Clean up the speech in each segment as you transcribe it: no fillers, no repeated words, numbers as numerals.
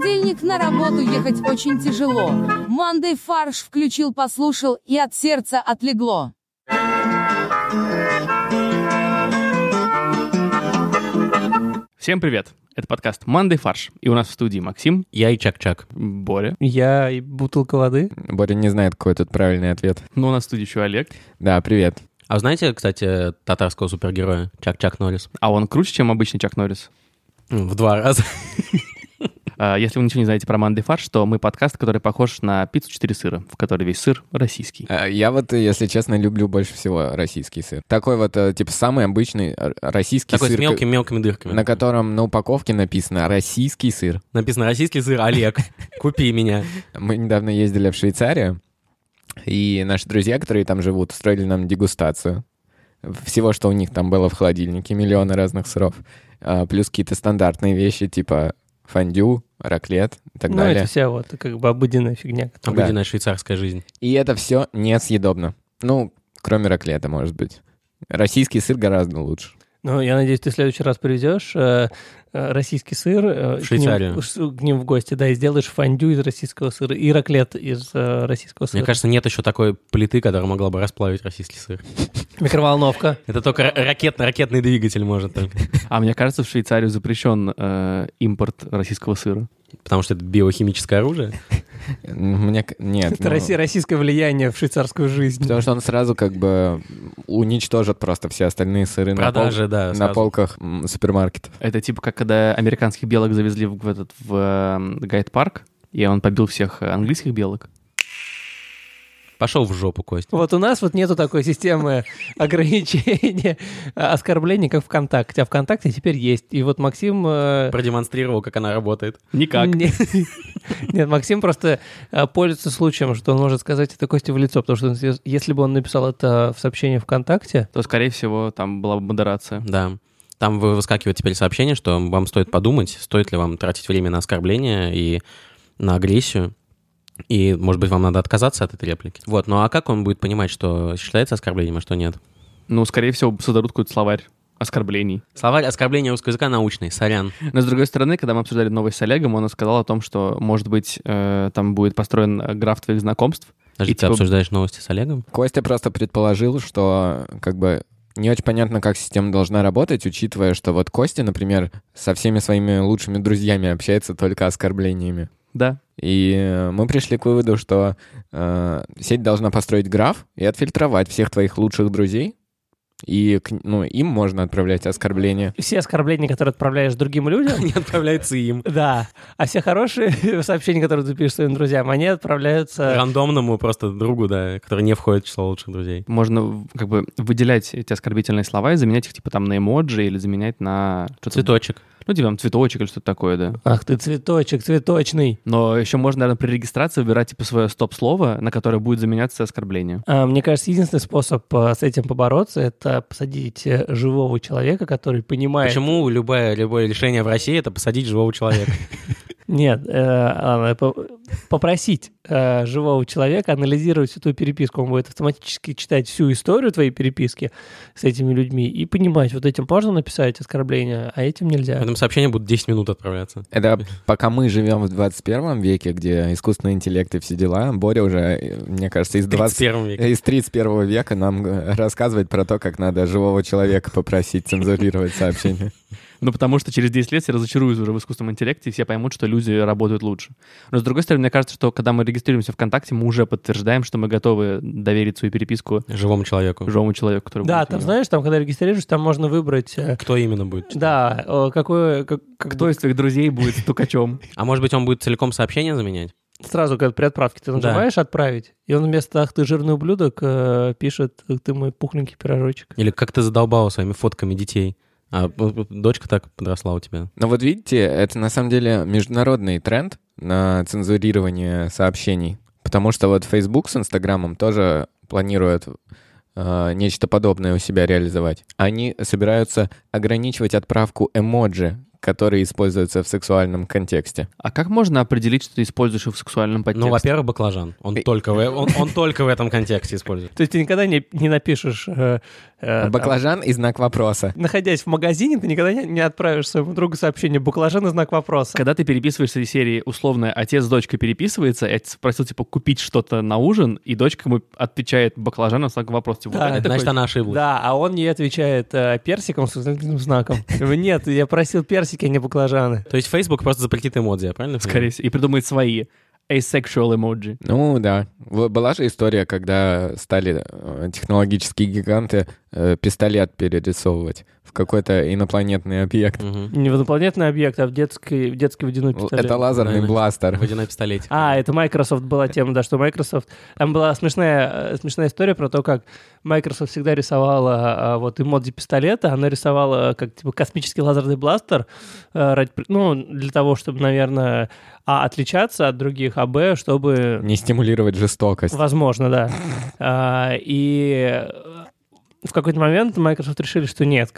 понедельник на работу ехать очень тяжело. Monday фарш включил, послушал, и от сердца отлегло. Всем привет! Это подкаст Monday фарш. И у нас в студии Максим. Я и Чак-Чак. Боря. Я и бутылка воды. Боря не знает, какой тут правильный ответ. Ну, у нас в студии еще Олег. Да, привет. А вы знаете, кстати, татарского супергероя Чак-Чак Норрис? А он круче, чем обычный Чак Норрис? В 2 раза. Если вы ничего не знаете про Monday фарш, то мы подкаст, который похож на пиццу 4 сыра, в которой весь сыр российский. Я вот, если честно, люблю больше всего российский сыр. Такой вот, типа, самый обычный российский Такой сыр. с мелкими-мелкими дырками. На котором на упаковке написано «российский сыр». Написано «российский сыр, Олег, купи меня». Мы недавно ездили в Швейцарию, и наши друзья, которые там живут, устроили нам дегустацию всего, что у них там было в холодильнике, миллионы разных сыров, плюс какие-то стандартные вещи, типа фондю, раклет и так далее. Это вся вот как бы обыденная фигня. Обыденная швейцарская жизнь. И это все несъедобно. Ну, кроме раклета, может быть. Российский сыр гораздо лучше. Ну, я надеюсь, ты в следующий раз привезешь российский сыр в Швейцарию. К ним в гости, да, и сделаешь фондю из российского сыра и раклет из российского сыра. Мне кажется, нет еще такой плиты, которая могла бы расплавить российский сыр. Микроволновка. Это только ракетный двигатель может только. А мне кажется, в Швейцарию запрещен импорт российского сыра. Потому что это биохимическое оружие? Нет. Это российское влияние в швейцарскую жизнь. Потому что он сразу как бы уничтожит просто все остальные сыры продажи, на полках супермаркетов. Это типа как когда американских белок завезли в гайд-парк, и он побил всех английских белок. Пошел в жопу, Кость. Вот у нас вот нету такой системы ограничения оскорблений, как ВКонтакте. А ВКонтакте теперь есть. И вот Максим... Продемонстрировал, как она работает. Никак. Нет, Максим просто пользуется случаем, что он может сказать это Косте в лицо, потому что если бы он написал это в сообщении ВКонтакте... То, скорее всего, там была бы модерация. Да. Там выскакивает теперь сообщение, что вам стоит подумать, стоит ли вам тратить время на оскорбление и на агрессию. И, может быть, вам надо отказаться от этой реплики. Вот, ну а как он будет понимать, что считается оскорблением, а что нет? Ну, скорее всего, создадут какой-то словарь оскорблений. Словарь оскорбления русского языка научный, сорян. Но, с другой стороны, когда мы обсуждали новость с Олегом, он сказал о том, что, может быть, там будет построен граф твоих знакомств. Подожди, ты обсуждаешь новости с Олегом? Костя просто предположил, что как бы не очень понятно, как система должна работать, учитывая, что вот Костя, например, со всеми своими лучшими друзьями общается только оскорблениями. Да. И мы пришли к выводу, что сеть должна построить граф и отфильтровать всех твоих лучших друзей, и им можно отправлять оскорбления. Все оскорбления, которые отправляешь другим людям... Они отправляются им. Да. А все хорошие сообщения, которые ты пишешь своим друзьям, они отправляются... Рандомному просто другу, да, который не входит в число лучших друзей. Можно как бы выделять эти оскорбительные слова и заменять их типа там на эмоджи или заменять на... Цветочек. Ну, типа там цветочек или что-то такое, да. Ах ты цветочек, цветочный. Но еще можно, наверное, при регистрации выбирать типа свое стоп-слово, на которое будет заменяться оскорбление. Мне кажется, единственный способ с этим побороться — это посадить живого человека, который понимает... Почему любое решение в России — это посадить живого человека? Нет, попросить живого человека анализировать всю твою переписку. Он будет автоматически читать всю историю твоей переписки с этими людьми и понимать, вот этим можно написать оскорбление, а этим нельзя. В этом сообщении будут 10 минут отправляться. Это пока мы живем в 21 веке, где искусственный интеллект и все дела, Боря уже, мне кажется, из 31 века нам рассказывает про то, как надо живого человека попросить цензурировать сообщения. Ну, потому что через 10 лет все разочаруются уже в искусственном интеллекте, и все поймут, что люди работают лучше. Но, с другой стороны, мне кажется, что когда мы регистрируемся ВКонтакте, мы уже подтверждаем, что мы готовы доверить свою переписку живому человеку, который да, будет там, знаешь, там, когда регистрируешься, там можно выбрать... Кто именно будет читать. Да, кто из твоих друзей будет стукачом. А может быть, он будет целиком сообщение заменять? Сразу, когда при отправке ты нажимаешь «Отправить», и он вместо «Ах, ты жирный ублюдок» пишет «Ах, ты мой пухленький пирожочек». Или «Как ты задолбал своими фотками детей». А дочка так подросла у тебя. Ну вот видите, это на самом деле международный тренд на цензурирование сообщений. Потому что вот Facebook с Инстаграмом тоже планируют нечто подобное у себя реализовать. Они собираются ограничивать отправку эмоджи которые используются в сексуальном контексте. А как можно определить, что ты используешь их в сексуальном подтексте? Ну, во-первых, баклажан. Он только в этом контексте использует. То есть ты никогда не напишешь... Баклажан и знак вопроса. Находясь в магазине, ты никогда не отправишь своему другу сообщение «баклажан» и знак вопроса. Когда ты переписываешься из серии, условно, отец с дочкой переписывается, я спросил, типа, купить что-то на ужин, и дочка ему отвечает баклажаном с знаком вопроса. Типа, Да, Значит, она ошиблась. Да, а он ей отвечает персиком с восклицательным знаком. Нет, я просил персики, а не баклажаны. То есть Facebook просто запретит эмодзи, я правильно понимаю? скорее всего, и придумает свои asexual emoji. Ну да. Была же история, когда стали технологические гиганты пистолет перерисовывать в какой-то инопланетный объект. Мгм. Не в инопланетный объект, а в детский водяной пистолет. Это лазерный Наверное. бластер. Водяной пистолетик. Это Microsoft была тема, да, что Microsoft... Там была смешная история про то, как Microsoft всегда рисовала вот эмодзи пистолета, она рисовала как типа космический лазерный бластер, для того, чтобы, наверное, отличаться от других, а б, чтобы... Не стимулировать жестокость. Возможно, да. И в какой-то момент Microsoft решили, что нет,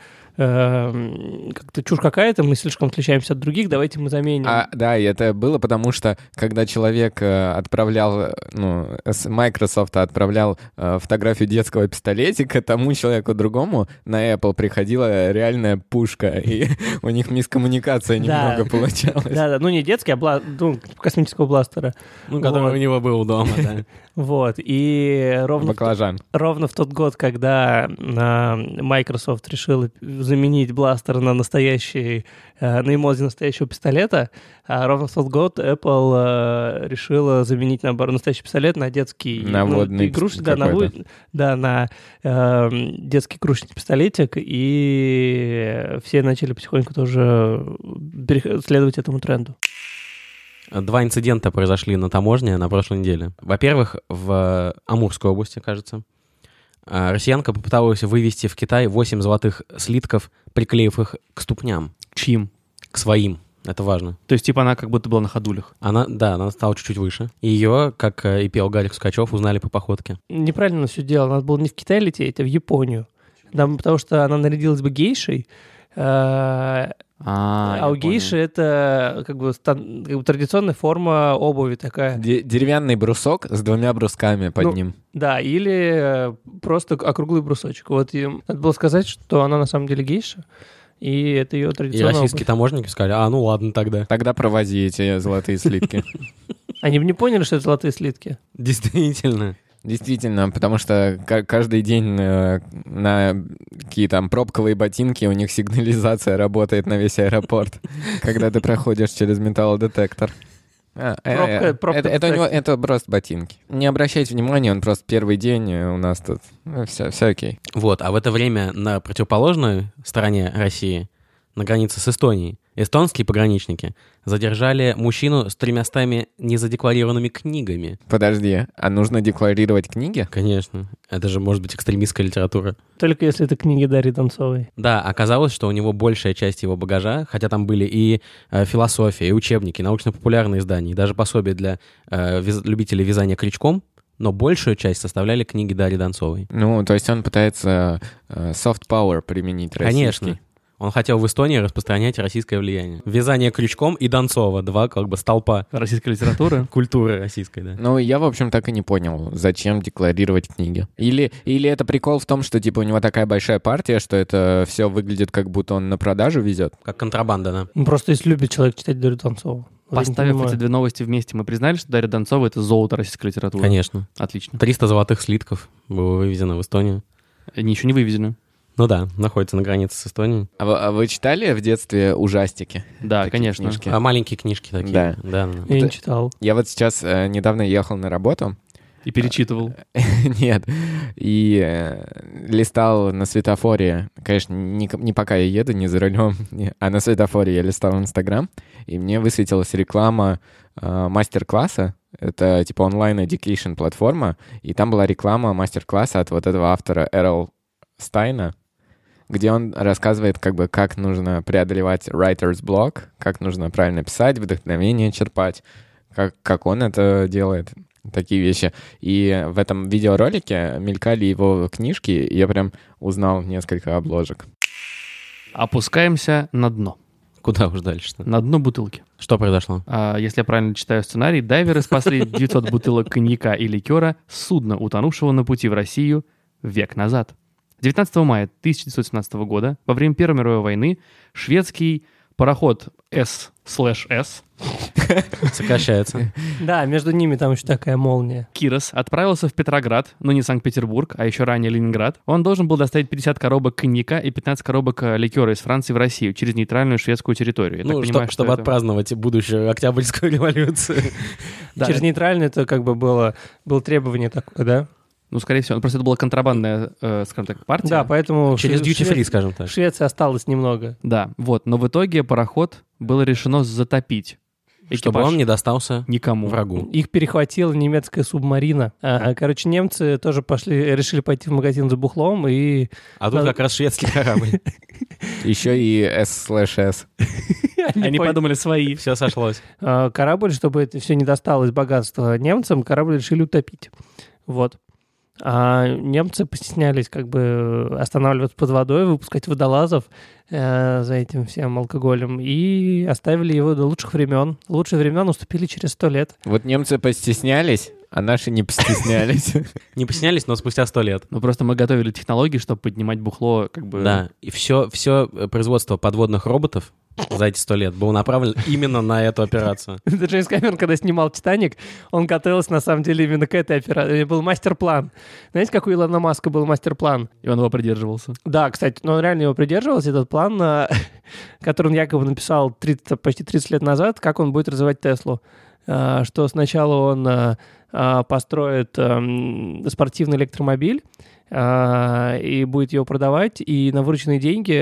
как-то чушь какая-то, мы слишком отличаемся от других, давайте мы заменим. Да, и это было потому, что когда человек отправлял, Microsoft отправлял фотографию детского пистолетика, тому человеку другому на Apple приходила реальная пушка, и у них мискоммуникация немного получалась. Да, не детский, а космического бластера. Который у него был дома, да. Вот, и Баклажан. ровно в тот год, когда Microsoft решила заменить бластер на настоящий, на эмодзи настоящего пистолета, ровно в тот год Apple решила заменить, наоборот, настоящий пистолет на детский... Наводный игрушечный, на детский игрушечный пистолетик, и все начали потихоньку тоже следовать этому тренду. 2 инцидента произошли на таможне на прошлой неделе. Во-первых, в Амурской области, кажется, россиянка попыталась вывезти в Китай 8 золотых слитков, приклеив их к ступням. Чьим? К своим. Это важно. То есть, типа, она как будто была на ходулях. Она стала чуть-чуть выше. И ее, как и пел Гарик Сукачев, узнали по походке. Неправильно все делала. Надо было не в Китай лететь, а в Японию. Да, потому что она нарядилась бы гейшей, у гейши это как бы традиционная форма обуви такая. Деревянный брусок с 2 брусками под ним. Да, или просто округлый брусочек. Вот и надо было сказать, что она на самом деле гейша, и это ее И традиционная российские обувь. таможенники сказали, ну ладно тогда. Тогда провози эти золотые слитки. Они бы не поняли, что это золотые слитки. Действительно. Действительно, потому что каждый день на какие там пробковые ботинки у них сигнализация работает на весь аэропорт, когда ты проходишь через металлодетектор. Это просто ботинки. Не обращайте внимания, он просто первый день у нас тут. Все окей. Вот, а в это время на противоположной стороне России, на границе с Эстонией, эстонские пограничники задержали мужчину с 300 незадекларированными книгами. Подожди, а нужно декларировать книги? Конечно. Это же может быть экстремистская литература. Только если это книги Дарьи Донцовой. Да, оказалось, что у него большая часть его багажа, хотя там были и философия, и учебники, и научно-популярные издания, и даже пособия для любителей вязания крючком, но большую часть составляли книги Дарьи Донцовой. Ну, то есть он пытается soft power применить российский. Конечно. Он хотел в Эстонии распространять российское влияние. Вязание крючком и Донцова. 2 как бы столпа Российской литературы. культуры российской, да. Ну, я, в общем, так и не понял, зачем декларировать книги. Или это прикол в том, что, типа, у него такая большая партия, что это все выглядит, как будто он на продажу везет. Как контрабанда, да. Ну, просто если любит человек читать Дарью Донцову. Поставив эти 2 новости вместе, мы признали, что Дарья Донцова — это золото российской литературы. Конечно. Отлично. 300 золотых слитков было вывезено в Эстонию. Ничего не вывезено. Ну да, находится на границе с Эстонией. А вы читали в детстве ужастики? Да, Такие конечно. книжки? А маленькие книжки такие. Да. Я не читал. Я вот сейчас недавно ехал на работу. И перечитывал. Нет. И листал на светофоре. Конечно, не пока я еду, не за рулем, а на светофоре я листал Инстаграм, и мне высветилась реклама мастер-класса. Это типа онлайн-эдюкейшн платформа, и там была реклама мастер-класса от вот этого автора Эрл Стайна, где он рассказывает, как нужно преодолевать writer's block, как нужно правильно писать, вдохновение черпать, как он это делает, такие вещи. И в этом видеоролике мелькали его книжки, и я прям узнал несколько обложек. Опускаемся на дно. Куда уж дальше-то? На дно бутылки. Что произошло? Если я правильно читаю сценарий, дайверы спасли 900 бутылок коньяка и ликера с судна, утонувшего на пути в Россию век назад. 19 мая 1917 года, во время Первой мировой войны, шведский пароход S/S Сокращается. Да, между ними там еще такая молния. Кирос отправился в Петроград, но не Санкт-Петербург, а еще ранее Ленинград. Он должен был доставить 50 коробок коньяка и 15 коробок ликера из Франции в Россию через нейтральную шведскую территорию. Я так понимаю, чтобы это- отпраздновать будущую Октябрьскую революцию. Да, Через нейтральный это как бы было требование такое, да? Ну, скорее всего, просто это была контрабандная, скажем так, партия. Да, поэтому Через в duty-free, скажем так. В Швеции осталось немного. Да, вот. Но в итоге пароход было решено затопить. Чтобы он не достался никому. врагу. Их перехватила немецкая субмарина. Короче, немцы тоже решили пойти в магазин за бухлом и... А тут как раз шведский корабль. Еще и S/S. Они подумали свои. Все сошлось. Корабль, чтобы это все не досталось богатства немцам, корабль решили утопить. Вот. А немцы постеснялись как бы останавливаться под водой, выпускать водолазов за этим всем алкоголем и оставили его до лучших времен. Лучшие времена наступили через 100 лет. Вот немцы постеснялись, а наши не постеснялись. Не поснялись, но спустя 100 лет. Ну, просто мы готовили технологии, чтобы поднимать бухло, как бы... Да, и все производство подводных роботов за эти 100 лет было направлено именно на эту операцию. Это Джеймс Кэмерон, когда снимал «Титаник», он готовился, на самом деле, именно к этой операции. Был мастер-план. Знаете, как у Илона Маска был мастер-план? И он его придерживался. Да, кстати, но он реально его придерживался, этот план, который он якобы написал почти 30 лет назад, как он будет развивать Теслу. Что сначала он построит спортивный электромобиль, и будет его продавать, и на вырученные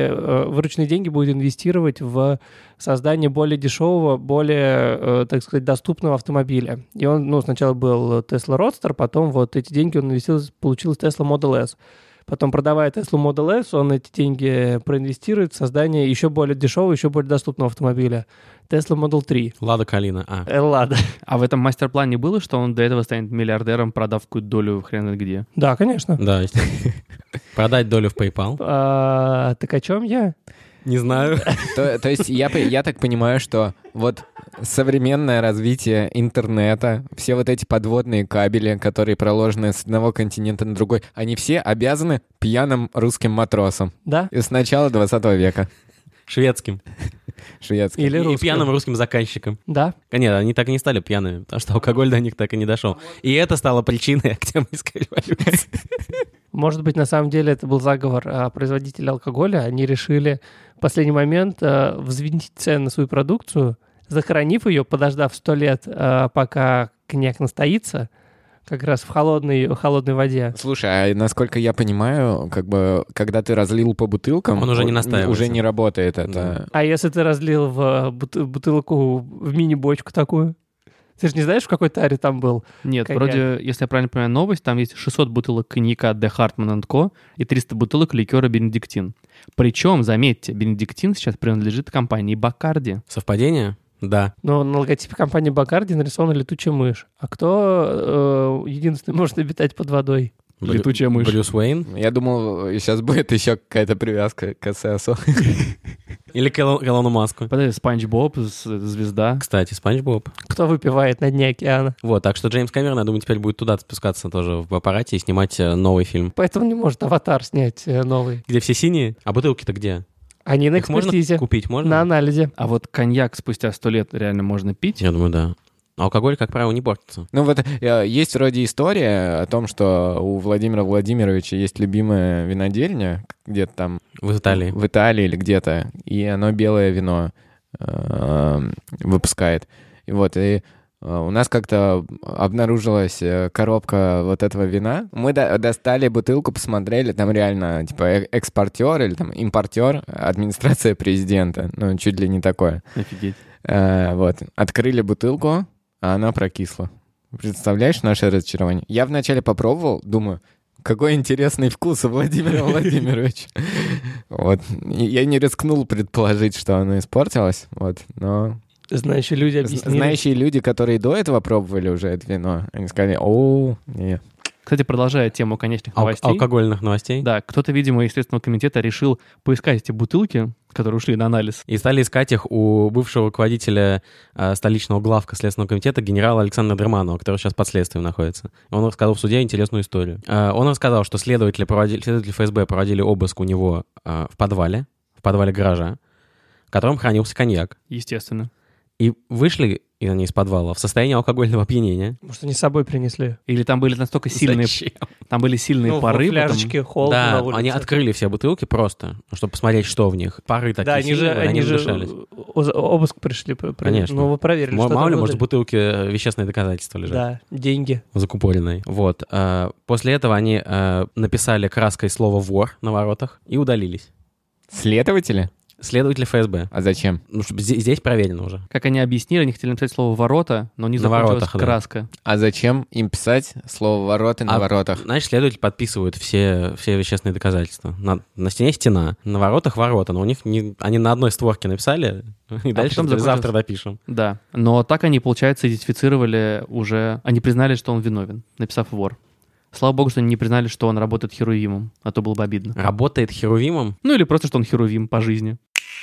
деньги будет инвестировать в создание более дешевого, более, так сказать, доступного автомобиля. И он, сначала был Tesla Roadster, потом вот эти деньги он инвестировал, получилась Tesla Model S. Потом, продавая Tesla Model S, он эти деньги проинвестирует в создание еще более дешевого, еще более доступного автомобиля. Tesla Model 3. Лада Калина. Лада. А в этом мастер-плане было, что он до этого станет миллиардером, продав какую-то долю хрен знает где? Да, конечно. Да, естественно. Продать долю в PayPal. Так о чем я? Не знаю. То есть я так понимаю, что вот современное развитие интернета, все вот эти подводные кабели, которые проложены с одного континента на другой, они все обязаны пьяным русским матросам. Да? С начала 20 века. Шведским. Шведским. Или И русским. пьяным русским заказчикам. Да. Нет, они так и не стали пьяными, потому что алкоголь до них так и не дошел. И это стало причиной Октябрьской революции. Может быть, на самом деле это был заговор производителей алкоголя. Они решили в последний момент взвинтить цены на свою продукцию, захоронив ее, подождав 100 лет, пока коньяк настоится, как раз в холодной воде. Слушай, а насколько я понимаю, как бы, когда ты разлил по бутылкам, Он уже не настаивается. Уже не работает это. А если ты разлил в бутылку, в мини-бочку такую? Ты же не знаешь, в какой таре там был? Нет, Коньяк. вроде, если я правильно понимаю новость, там есть 600 бутылок коньяка De Hartmann & Co. и 300 бутылок ликера Бенедиктин. Причем, заметьте, Бенедиктин сейчас принадлежит компании Бакарди. Совпадение? Да. Но на логотипе компании Бакарди нарисована летучая мышь. А кто единственный может обитать под водой? Летучая мышь. Брюс Уэйн. Я думал, сейчас будет еще какая-то привязка к ССу. Или к Илону Маску. Подожди, Спанч Боб, звезда. Кстати, Спанч Боб. Кто выпивает на дне океана? Вот, так что Джеймс Кэмерон, я думаю, теперь будет туда спускаться тоже в аппарате и снимать новый фильм. Поэтому не может «Аватар» снять новый. Где все синие? А бутылки-то где? Они на Их можно экспертизе, купить? Можно? на анализе. А вот коньяк спустя 100 лет реально можно пить? Я думаю, да. Алкоголь, как правило, не портится. Ну вот есть вроде история о том, что у Владимира Владимировича есть любимая винодельня, где-то там В Италии. в Италии или где-то, и оно белое вино выпускает. И вот, и у нас как-то обнаружилась коробка вот этого вина. Мы достали бутылку, посмотрели, там реально типа экспортер или там импортер, администрация президента, ну чуть ли не такое. Офигеть. Вот, открыли бутылку, а она прокисла. Представляешь наше разочарование? Я вначале попробовал, думаю, какой интересный вкус у Владимира Владимировича. Вот. Я не рискнул предположить, что оно испортилось, вот, но... Знающие люди объяснили. Знающие люди, которые до этого пробовали уже это вино, они сказали, о, нет. Кстати, продолжая тему конечных новостей. Алкогольных новостей. Да, кто-то, видимо, из Следственного комитета решил поискать эти бутылки, которые ушли на анализ. И стали искать их у бывшего руководителя столичного главка Следственного комитета генерала Александра Дерманова, который сейчас под следствием находится. Он рассказал в суде интересную историю. Он рассказал, что следователи ФСБ проводили обыск у него в подвале гаража, в котором хранился коньяк. Естественно. И вышли они из подвала в состоянии алкогольного опьянения. Может, они с собой принесли? Или там были настолько сильные... Зачем? Там были сильные Ну, пары. в фляжечке холодно на Да, улице. они открыли все бутылки просто, чтобы посмотреть, что в них. Пары такие Да, они сильные, же надышались. обыск пришли. Конечно. Ну, вы проверили, что Мало там ли, может, в было. бутылке вещественные доказательства лежат. Да, деньги. Закупоренной. Вот. После этого они написали краской слово «вор» на воротах и удалились. Следователи? Следователи ФСБ. А зачем? Ну, чтобы здесь проверено уже. Как они объяснили, они хотели написать слово «ворота», но не На закончилась воротах, да. краска. А зачем им писать слово «вороты» на воротах? Значит, следователи подписывают все вещественные доказательства. На стене стена, на воротах ворота, но у них они на одной створке написали, и дальше потом сказали, завтра закончилось. допишем. Да, но так они, получается, идентифицировали уже... Они признали, что он виновен, написав «вор». Слава богу, что они не признали, что он работает херувимом, а то было бы обидно. Работает херувимом? Ну или просто, что он херувим по жизни.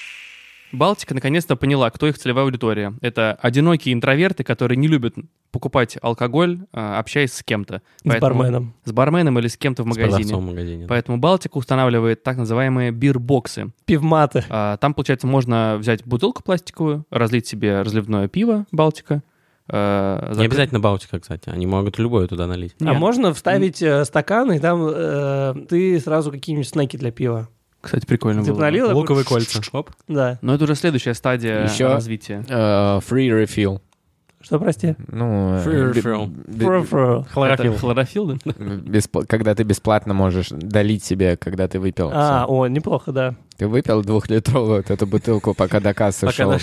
Балтика наконец-то поняла, кто их целевая аудитория. Это одинокие интроверты, которые не любят покупать алкоголь, общаясь с кем-то. С барменом. С барменом или с кем-то в С магазине. продавцом в магазине. Поэтому Балтика устанавливает так называемые бирбоксы. Пивматы. Там, получается, можно взять бутылку пластиковую, разлить себе разливное пиво Балтика. Не обязательно Балтика, кстати. Они могут любое туда налить. А Нет. можно вставить стакан, и там ты сразу какие-нибудь снеки для пива. Кстати, прикольно Ты было. налил, а Луковые кольца. Оп. Да. Но это уже следующая стадия Еще- развития. Free refill. Что, прости? Ну, Free refill. Это хлорофилл, да? когда ты бесплатно можешь долить себе, когда ты выпил. А, Всё. о, неплохо, да. Ты выпил 2-литровую вот эту бутылку, пока до кассы шел.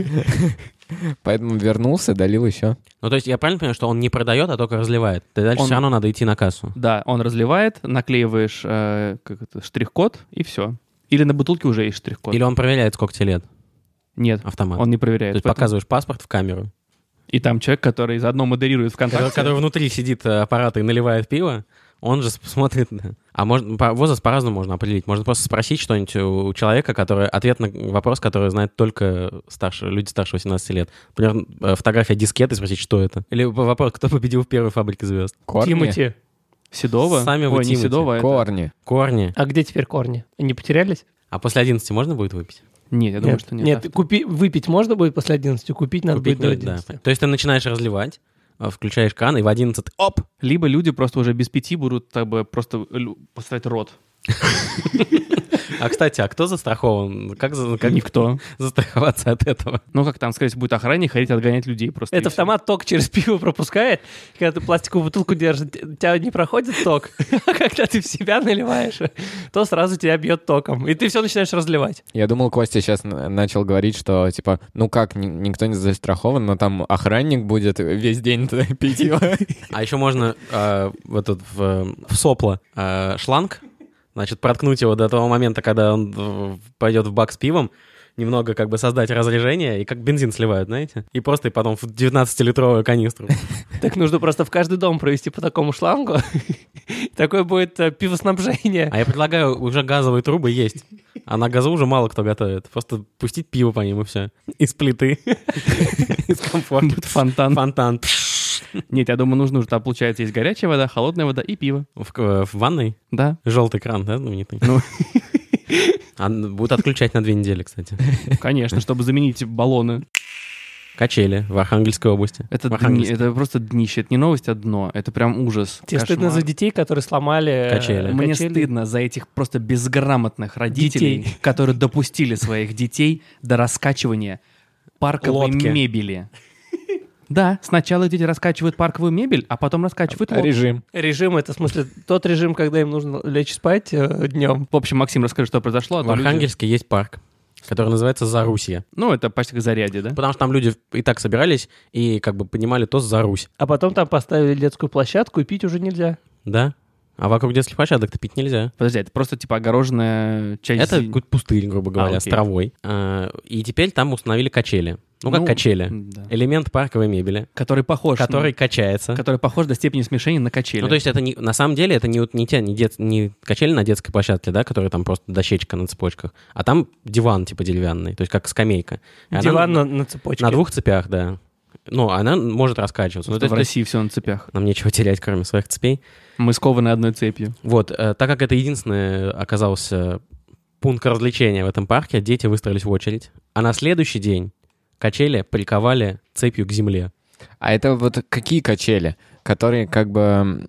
Поэтому вернулся, долил еще. Ну, то есть я правильно понимаю, что он не продает, а только разливает? Ты дальше Он- все равно надо идти на кассу. Да, он разливает, наклеиваешь штрих-код, и все. Или на бутылке уже есть штрих-код. Или он проверяет, сколько тебе лет? Нет, Автомат. он не То проверяет. есть Поэтому- показываешь паспорт в камеру. И там человек, который заодно модерирует ВКонтакте. Который внутри сидит аппарата и наливает пиво, он же смотрит... да. А возраст по-разному можно определить. Можно просто спросить что-нибудь у человека, который ответ на вопрос, который знает только люди старше 18 лет. Например, фотография дискеты, спросить, что это. Или вопрос, кто победил в первой «Фабрике звезд». Корни? Тимати. Седова? Сами вы Ой, не Тимати. Седова, это... Корни. Корни. А где теперь корни? Они потерялись? А после 11 можно будет выпить? Нет, я думаю, что нет. Нет, выпить можно будет после 11, купить надо Купить будет до да. 11. То есть ты начинаешь разливать, включаешь кран, и в 11 оп! Либо люди просто уже без 5 будут как бы просто поставить рот. А, кстати, кто застрахован? Как Никто. застраховаться от этого? Ну, как там сказать, будет охранник ходить отгонять людей просто. Это и всё. автомат ток через пиво пропускает. Когда ты пластиковую бутылку держишь, у тебя не проходит ток. А когда ты в себя наливаешь, то сразу тебя бьет током. И ты все начинаешь разливать. Я думал, Костя сейчас начал говорить, что, типа, ну как, никто не застрахован, но там охранник будет весь день туда пить его. А еще можно в сопло шланг, значит, проткнуть его до того момента, когда он пойдет в бак с пивом, немного как бы создать разрежение, и как бензин сливают, знаете? И просто потом в 19-литровую канистру. Так нужно просто в каждый дом провести по такому шлангу. Такое будет пивоснабжение. А я предлагаю, уже газовые трубы есть. А на газу уже мало кто готовит. Просто пустить пиво по ним и все. Из плиты. Из комфорта. Будет фонтан. Фонтан. Нет, я думаю, нужно, там, получается, есть горячая вода, холодная вода и пиво. В ванной? Да. Желтый кран, да, знаменитый? Ну. Будут отключать на 2 недели, кстати. Конечно, чтобы заменить баллоны. Качели в Архангельской области. Это, В Архангельске. это просто днище. Это не новость, а дно. Это прям ужас. Тебе Кошмар. стыдно за детей, которые сломали Качели. Мне качели? стыдно за этих просто безграмотных родителей, Детей. которые допустили своих детей до раскачивания парковой Лодки. мебели. Да, сначала дети раскачивают парковую мебель, а потом раскачивают лодку. Режим. Режим — это, в смысле, тот режим, когда им нужно лечь спать днем. В общем, Максим, расскажи, что произошло. а В то люди- Архангельске есть парк, который называется Зарусье. Ну, это почти как Зарядье, да? Потому что там люди и так собирались и как бы понимали тост за Русь. А потом там поставили детскую площадку, и пить уже нельзя. Да? А вокруг детских площадок-то пить нельзя. Подожди, это просто типа огороженная часть... Это какой-то пустырь, грубо говоря, с окей. травой. И теперь там установили качели. Ну, как качели. Да. Элемент парковой мебели, Который похож... который качается. Который похож до степени смешения на качели. Ну, то есть это на самом деле это не качели на детской площадке, да, которые там просто дощечка на цепочках, а там диван типа деревянный, то есть как скамейка. И Диван она на цепочке. на 2 цепях, да. Ну, она может раскачиваться. Ну, Что то в есть России все на цепях. нам нечего терять, кроме своих цепей. Мы скованы одной цепью. Вот, так как это единственный оказался пункт развлечения в этом парке, дети выстроились в очередь. А на следующий день качели приковали цепью к земле. А это вот какие качели? Которые как бы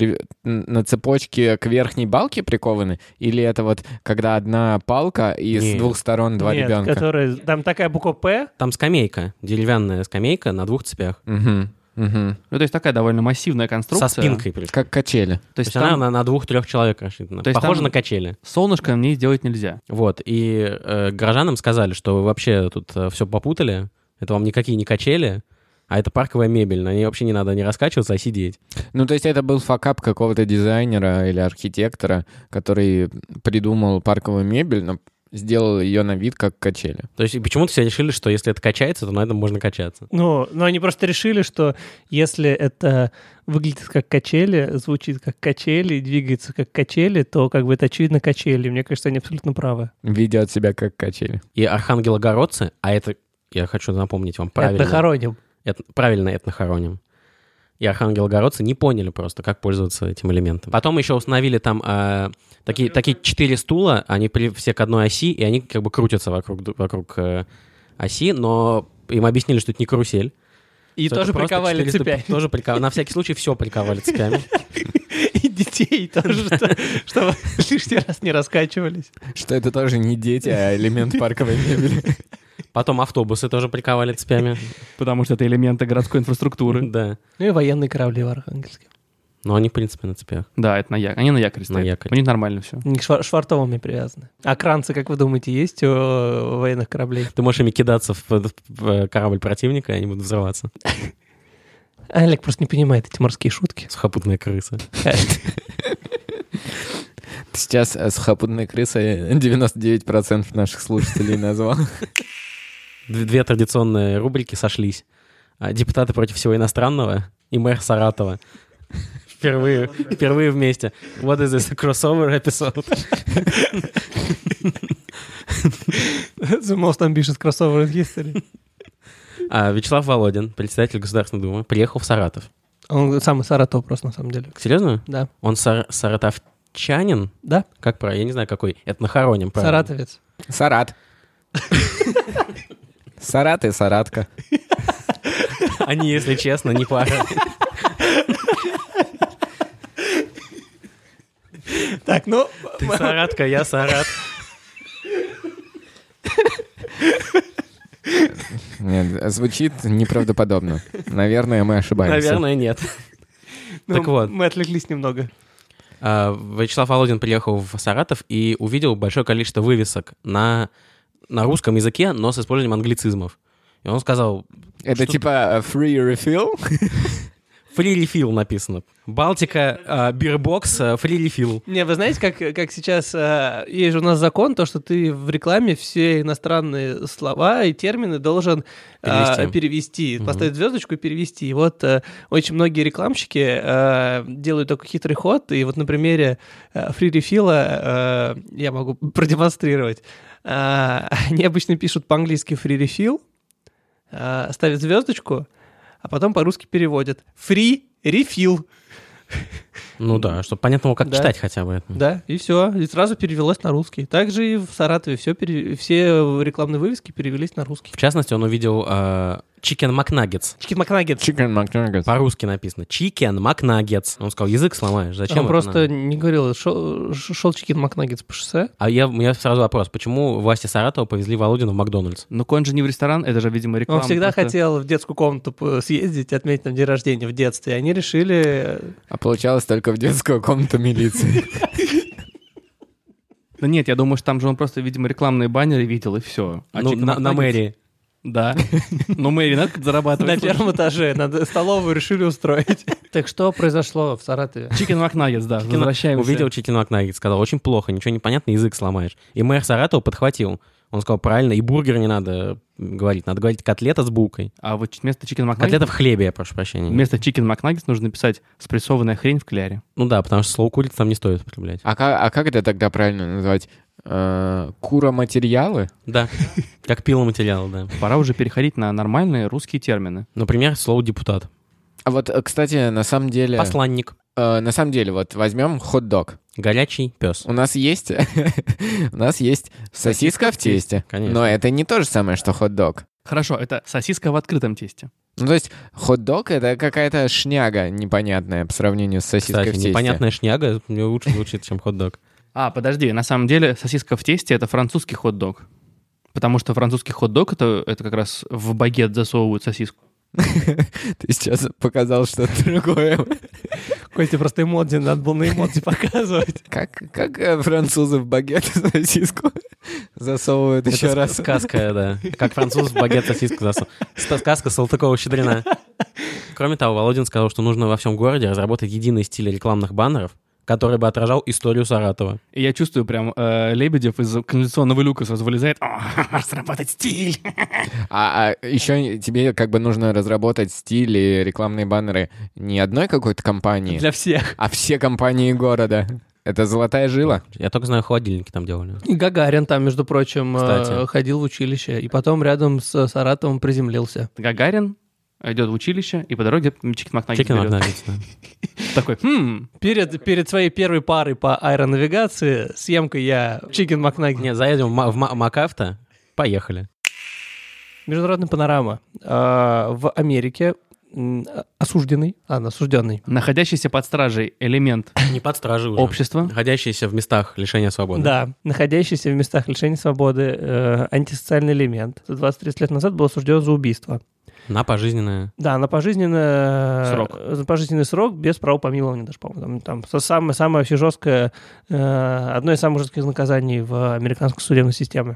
на цепочке к верхней балке прикованы? Или это вот когда одна палка и с Нет. 2 сторон 2 Нет, ребенка? которые... Там такая буква «П». Там скамейка, деревянная скамейка на 2 цепях. Мгм, мгм. Ну, то есть такая довольно массивная конструкция. Со спинкой. причем. Как качели. То То есть есть она там на 2-3 человек рассчитана. То есть Похоже там- на качели. солнышко мне сделать нельзя. Вот, и горожанам сказали, что вы вообще тут все попутали, это вам никакие не качели, а это парковая мебель, на ней вообще не надо не раскачиваться, а сидеть. Ну, то есть это был факап какого-то дизайнера или архитектора, который придумал парковую мебель, но сделал ее на вид как качели. То есть почему-то все решили, что если это качается, то на этом можно качаться. Ну, но они просто решили, что если это выглядит как качели, звучит как качели, двигается как качели, то как бы это очевидно качели. Мне кажется, они абсолютно правы. Ведет себя как качели. И архангелогородцы, а это, я хочу напомнить вам правильно, Этнохороним. правильно этнохороним. И архангелогородцы не поняли просто, как пользоваться этим элементом. Потом еще установили там такие 4 стула, они все к одной оси, и они как бы крутятся вокруг оси, но им объяснили, что это не карусель. И что тоже это просто приковали 4 цепями. Тоже на всякий случай все приковали цепями. И детей тоже, чтобы лишний раз не раскачивались. Что это тоже не дети, а элемент парковой мебели. Потом автобусы тоже приковали цепями. Потому что это элементы городской инфраструктуры. Да. Ну и военные корабли в Архангельске. Но они, в принципе, на цепях. Да, это они на якоре стоят. якоре. У них нормально все. Они к швартовыми привязаны. А кранцы, как вы думаете, есть у военных кораблей? Ты можешь ими кидаться в корабль противника, и они будут взрываться. Олег просто не понимает эти морские шутки. Сухопутная крыса. Сейчас сухопутной крысой 99% наших слушателей назвал. 2 традиционные рубрики сошлись. Депутаты против всего иностранного и мэр Саратова. Впервые вместе. What is this, a crossover episode? The most ambitious crossover in history. Вячеслав Володин, председатель Государственной Думы, приехал в Саратов. Он самый Саратов просто, на самом деле. Серьезно? Да. Он саратовчанин? Да? Как правильно? Я не знаю, какой. Этнохороним, правильно. Саратовец. Сарат. Сарат и Саратка. Они, если честно, не пара. Так, ну... Ты Саратка, я Сарат. Нет, звучит неправдоподобно. Наверное, мы ошибаемся. Наверное, нет. Так вот. Мы отвлеклись немного. Вячеслав Володин приехал в Саратов и увидел большое количество вывесок на русском языке, но с использованием англицизмов. И он сказал... Это типа free refill? Free refill написано. Балтика, бирбокс, free refill. Не, вы знаете, как сейчас есть же у нас закон, то, что ты в рекламе все иностранные слова и термины должен перевести, поставить звездочку и перевести. И вот очень многие рекламщики делают такой хитрый ход, и вот на примере free refill я могу продемонстрировать. Они обычно пишут по-английски free refill, ставят звездочку, а потом по-русски переводят free refill. Ну да, чтобы понятно было, как Да. читать хотя бы это. Да, и все, и сразу перевелось на русский. Также и в Саратове все рекламные вывески перевелись на русский. В частности, он увидел Chicken McNuggets. Чикен Макнаггетс. Chicken McNuggets. По-русски написано. Chicken McNuggets. Он сказал, язык сломаешь, зачем Он это просто надо? не говорил, шел Чикен Макнаггетс по шоссе. А у меня сразу вопрос. Почему власти Саратова повезли Володина в Макдональдс? Ну, он же не в ресторан, это же, видимо, реклама. Он всегда просто- хотел в детскую комнату съездить, отметить там день рождения в детстве. И они решили... А получалось только в детскую комнату милиции. Да нет, я думаю, что там же он просто, видимо, рекламные баннеры видел, и все. Ну, на мэрии. Да. Но мэрии надо как-то зарабатывать. На первом этаже надо столовую решили устроить. Так что произошло в Саратове? Чикен Макнаггетс, да, возвращаемся. Увидел Чикен Макнаггетс, сказал, очень плохо, ничего не понятно, язык сломаешь. И мэр Саратова подхватил. Он сказал, правильно, и бургер не надо говорить, надо говорить котлета с булкой. А вот вместо Чикен Макнаггетс... Котлета в хлебе, я прошу прощения. Вместо Чикен Макнаггетс нужно написать спрессованная хрень в кляре. Ну да, потому что слово курица там не стоит употреблять. А как это тогда правильно называть? Куроматериалы? Да, как пиломатериал, да. Пора уже переходить на нормальные русские термины. Например, слово депутат. А вот, кстати, на самом деле... Посланник. На самом деле, вот возьмем хот-дог. Горячий пес. У нас есть сосиска в тесте. Конечно. Но это не то же самое, что хот-дог. Хорошо, это сосиска в открытом тесте. Ну, то есть хот-дог — это какая-то шняга непонятная по сравнению с сосиской Кстати, в тесте. непонятная шняга мне лучше звучит, чем хот-дог. Подожди, на самом деле сосиска в тесте — это французский хот-дог. Потому что французский хот-дог — это как раз в багет засовывают сосиску. Ты сейчас показал что-то другое. Костя, просто эмодзи, надо было на эмодзи показывать. Как французы в багет сосиску засовывают еще Это раз? сказка, да. Как француз в багет сосиску засунул. Сказка Салтыкова-Щедрина. Кроме того, Володин сказал, что нужно во всем городе разработать единый стиль рекламных баннеров, который бы отражал историю Саратова. И я чувствую прям Лебедев из канализационного люка сразу вылезает. Разработать стиль! А еще тебе как бы нужно разработать стиль и рекламные баннеры не одной какой-то компании, Для всех. а все компании города. Это золотая жила. Я только знаю, холодильники там делали. И Гагарин там, между прочим, Кстати. ходил в училище, и потом рядом с Саратовым приземлился. Гагарин идет в училище, и по дороге Чикен Макнаггетс Чикен берет. Макнаггетс, да. Такой, Перед своей первой парой по аэронавигации съемкой я Чикен Макнаггетс. Нет, заедем в МакАвто, поехали. Международная панорама. В Америке осужденный, находящийся под стражей элемент Не под стражей уже. общества. Находящийся в местах лишения свободы. Да, находящийся в местах лишения свободы антисоциальный элемент. 20-30 лет назад был осужден за убийство. На пожизненное. Да, на пожизненный срок без права помилования даже, по-моему. Там самое вообще жесткое, одно из самых жестких наказаний в американской судебной системе.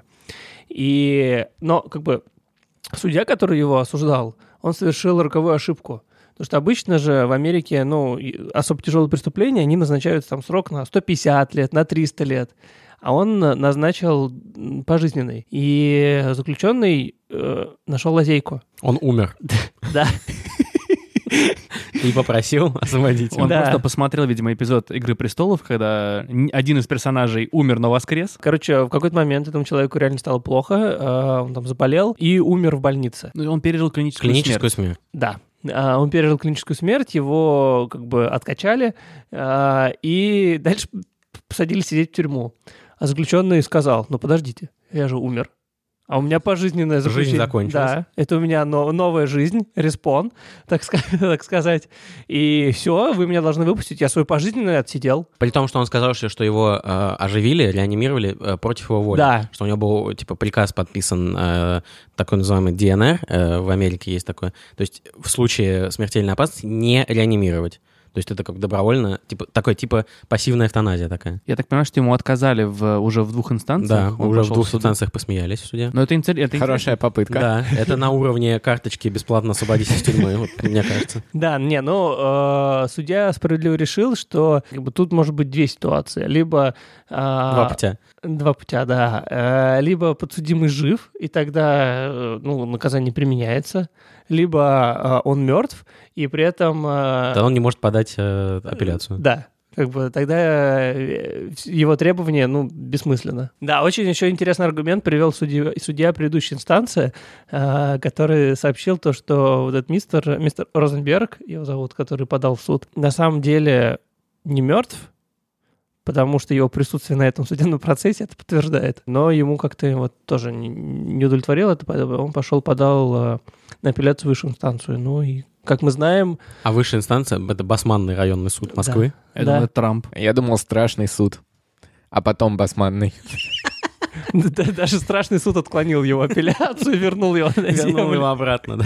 Но как бы судья, который его осуждал, он совершил роковую ошибку. Потому что обычно же в Америке, особо тяжелые преступления, они назначают там срок на 150 лет, на 300 лет. А он назначил пожизненный. И заключенный нашел лазейку. Он умер. Да. И попросил освободить. Он Да. просто посмотрел, видимо, эпизод «Игры престолов», когда один из персонажей умер, но воскрес. Короче, в какой-то момент этому человеку реально стало плохо, он там заболел и умер в больнице. Ну, и он пережил клиническую Клиническую смерть. смерть. Да. Он пережил клиническую смерть, его как бы откачали, и дальше посадили сидеть в тюрьму. А заключенный сказал, подождите, я же умер. А у меня пожизненное заключение. Жизнь закончилась. Да, это у меня новая жизнь, респон, так сказать. И все, вы меня должны выпустить, я свой пожизненный отсидел. При том, что он сказал, что его оживили, реанимировали против его воли. Да. Что у него был, приказ подписан, такой называемый ДНР, в Америке есть такое. То есть в случае смертельной опасности не реанимировать. То есть это как добровольно, пассивная эвтаназия такая. Я так понимаю, что ему отказали уже в 2 инстанциях. Да, Он уже в пошел 2 в суд. инстанциях посмеялись в суде. Но это интересно. Хорошая попытка. Да, это на уровне карточки «Бесплатно освободись из тюрьмы», вот, мне кажется. Да, судья справедливо решил, что тут может быть 2 ситуации. Либо... 2 путя. 2 путя, да. Либо подсудимый жив, и тогда наказание применяется, либо он мертв, и при этом... Тогда он не может подать апелляцию. Да. Тогда его требование, бессмысленно. Да, очень еще интересный аргумент привел судья предыдущей инстанции, который сообщил то, что вот этот мистер Розенберг, его зовут, который подал в суд, на самом деле не мертв, потому что его присутствие на этом судебном процессе это подтверждает. Но ему как-то тоже не удовлетворило это, он подал на апелляцию в высшую инстанцию. И, как мы знаем... А высшая инстанция — это Басманный районный суд Москвы. Я думаю, это Трамп. Я думал, страшный суд, а потом басманный. Даже страшный суд отклонил его апелляцию, вернул его на Вернул землю. его обратно, да.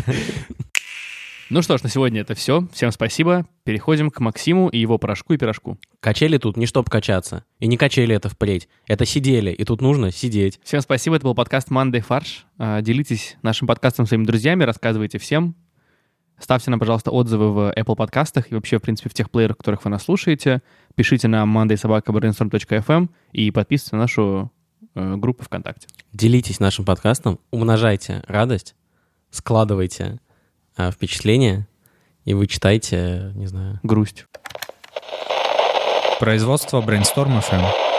Ну что ж, на сегодня это все. Всем спасибо. Переходим к Максиму и его порошку и пирожку. Качели тут не чтоб качаться. И не качели это впредь. Это сидели, и тут нужно сидеть. Всем спасибо. Это был подкаст «Мандай фарш». Делитесь нашим подкастом своими друзьями, рассказывайте всем. Ставьте нам, пожалуйста, отзывы в Apple подкастах и вообще, в принципе, в тех плеерах, в которых вы нас слушаете. Пишите нам mondaysobaka.brainstorm.fm и подписывайтесь на нашу группу ВКонтакте. Делитесь нашим подкастом, умножайте радость, складывайте впечатления, и вы читаете, не знаю... Грусть. Производство Brainstorm FM.